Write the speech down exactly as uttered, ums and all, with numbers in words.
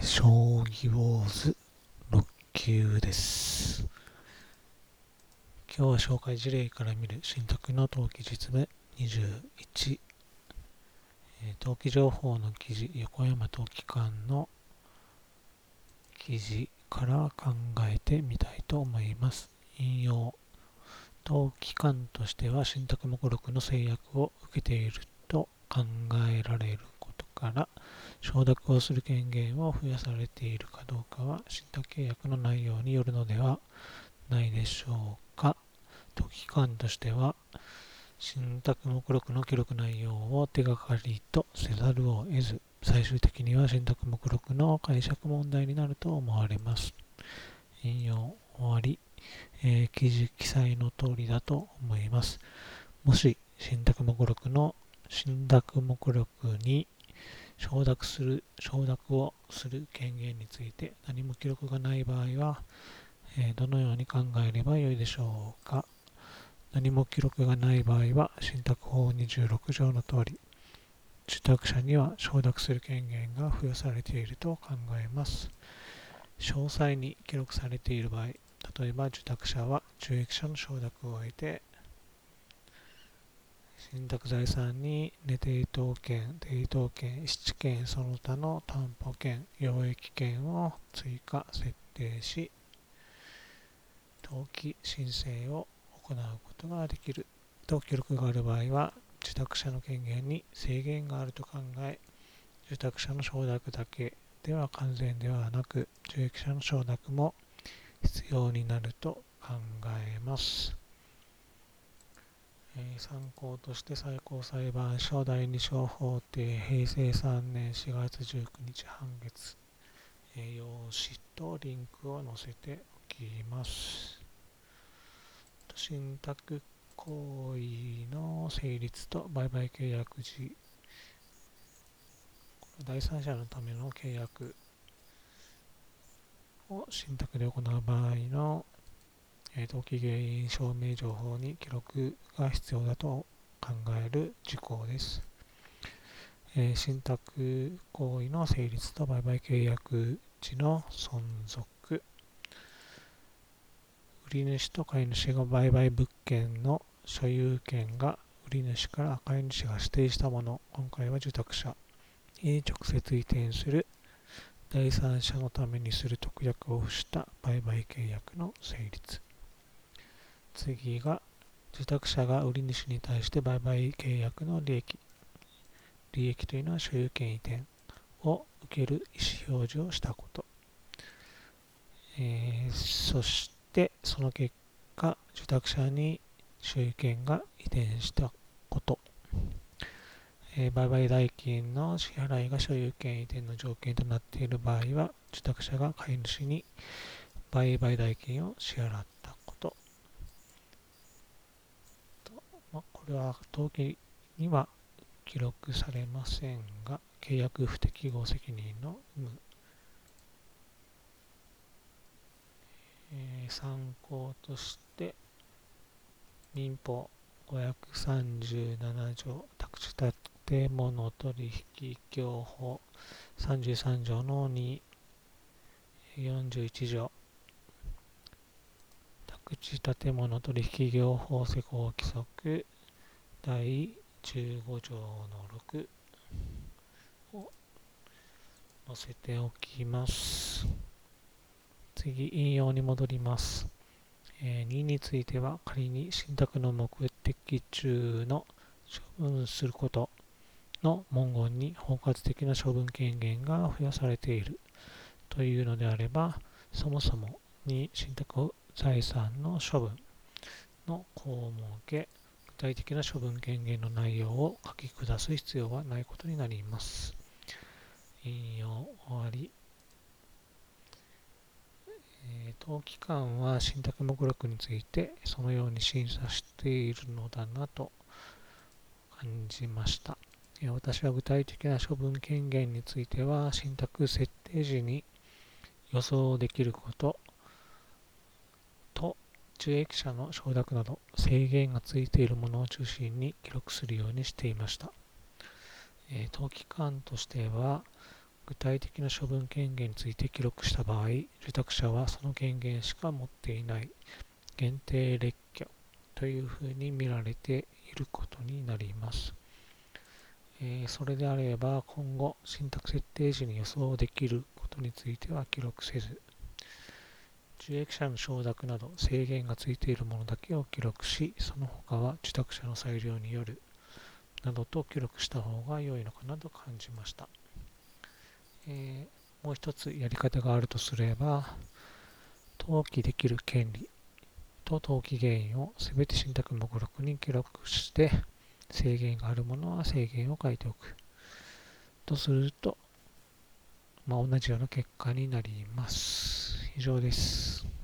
将棋ウォーズろっ級です。今日は紹介事例から見る新宅の登記実務にじゅういち、えー登記情報の記事、横山登記官の記事から考えてみたいと思います。引用。登記官としては信託目録の制約を受けていると考えられることから承諾をする権限を付与されているかどうかは信託契約の内容によるのではないでしょうか。登記官としては信託目録の記録内容を手がかりとせざるを得ず、最終的には信託目録の解釈問題になると思われます。引用終わり。えー記事記載の通りだと思います。もし信託目録の信託目録に承諾する承諾をする権限について何も記録がない場合は、えーどのように考えればよいでしょうか。何も記録がない場合は信託法にじゅうろく条の通り、受託者には承諾する権限が付与されていると考えます。詳細に記録されている場合、例えば受託者は受益者の承諾を得て信託財産に値抵当権、抵当権、質権その他の担保権、用益権を追加設定し登記申請を行うことができると記録がある場合は、受託者の権限に制限があると考え、受託者の承諾だけでは完全ではなく、受益者の承諾も必要になると考えます。えー参考として最高裁判所第二小法廷平成さんねんしがつじゅうくにち判決、えー用紙とリンクを載せておきます。信託行為の成立と売買契約時、第三者のための契約を信託で行う場合の登記原因証明情報に記録が必要だと考える事項です。えー信託行為の成立と売買契約時の存続、売り主と買い主が売買物件の所有権が売り主から買い主が指定したもの、今回は受託者に直接移転する第三者のためにする特約を付した売買契約の成立。次が受託者が売り主に対して売買契約の利益、利益というのは所有権移転を受ける意思表示をしたこと、えーそしてその結果受託者に所有権が移転したこと、えー売買代金の支払いが所有権移転の条件となっている場合は、受託者が買い主に売買代金を支払ったことと、まあ、これは登記には記録されませんが、契約不適合責任の有無、えー参考として民法ごひゃくさんじゅうなな条宅地建物取引業法さんじゅうさん条のに、よんじゅういち条宅地建物取引業法施行規則第じゅうご条のろくを載せておきます。次、引用に戻ります。えーにについては、仮に信託の目的中の処分することの文言に包括的な処分権限が付与されているというのであれば、そもそもに信託財産の処分の項目、具体的な処分権限の内容を書き下す必要はないことになります。引用終わり。えー登記官は信託目録についてそのように審査しているのだなと感じました。えー私は具体的な処分権限については信託設定時に予想できることと受益者の承諾など制限がついているものを中心に記録するようにしていました。えー登記官としては具体的な処分権限について記録した場合、受託者はその権限しか持っていない限定列挙というふうに見られていることになります。えーそれであれば、今後、信託設定時に予想できることについては記録せず、受益者の承諾など制限がついているものだけを記録し、その他は受託者の裁量によるなどと記録した方が良いのかなと感じました。えーもう一つやり方があるとすれば、登記できる権利と登記原因をすべて信託目録に記録して、制限があるものは制限を書いておくとすると、まあ、同じような結果になります。以上です。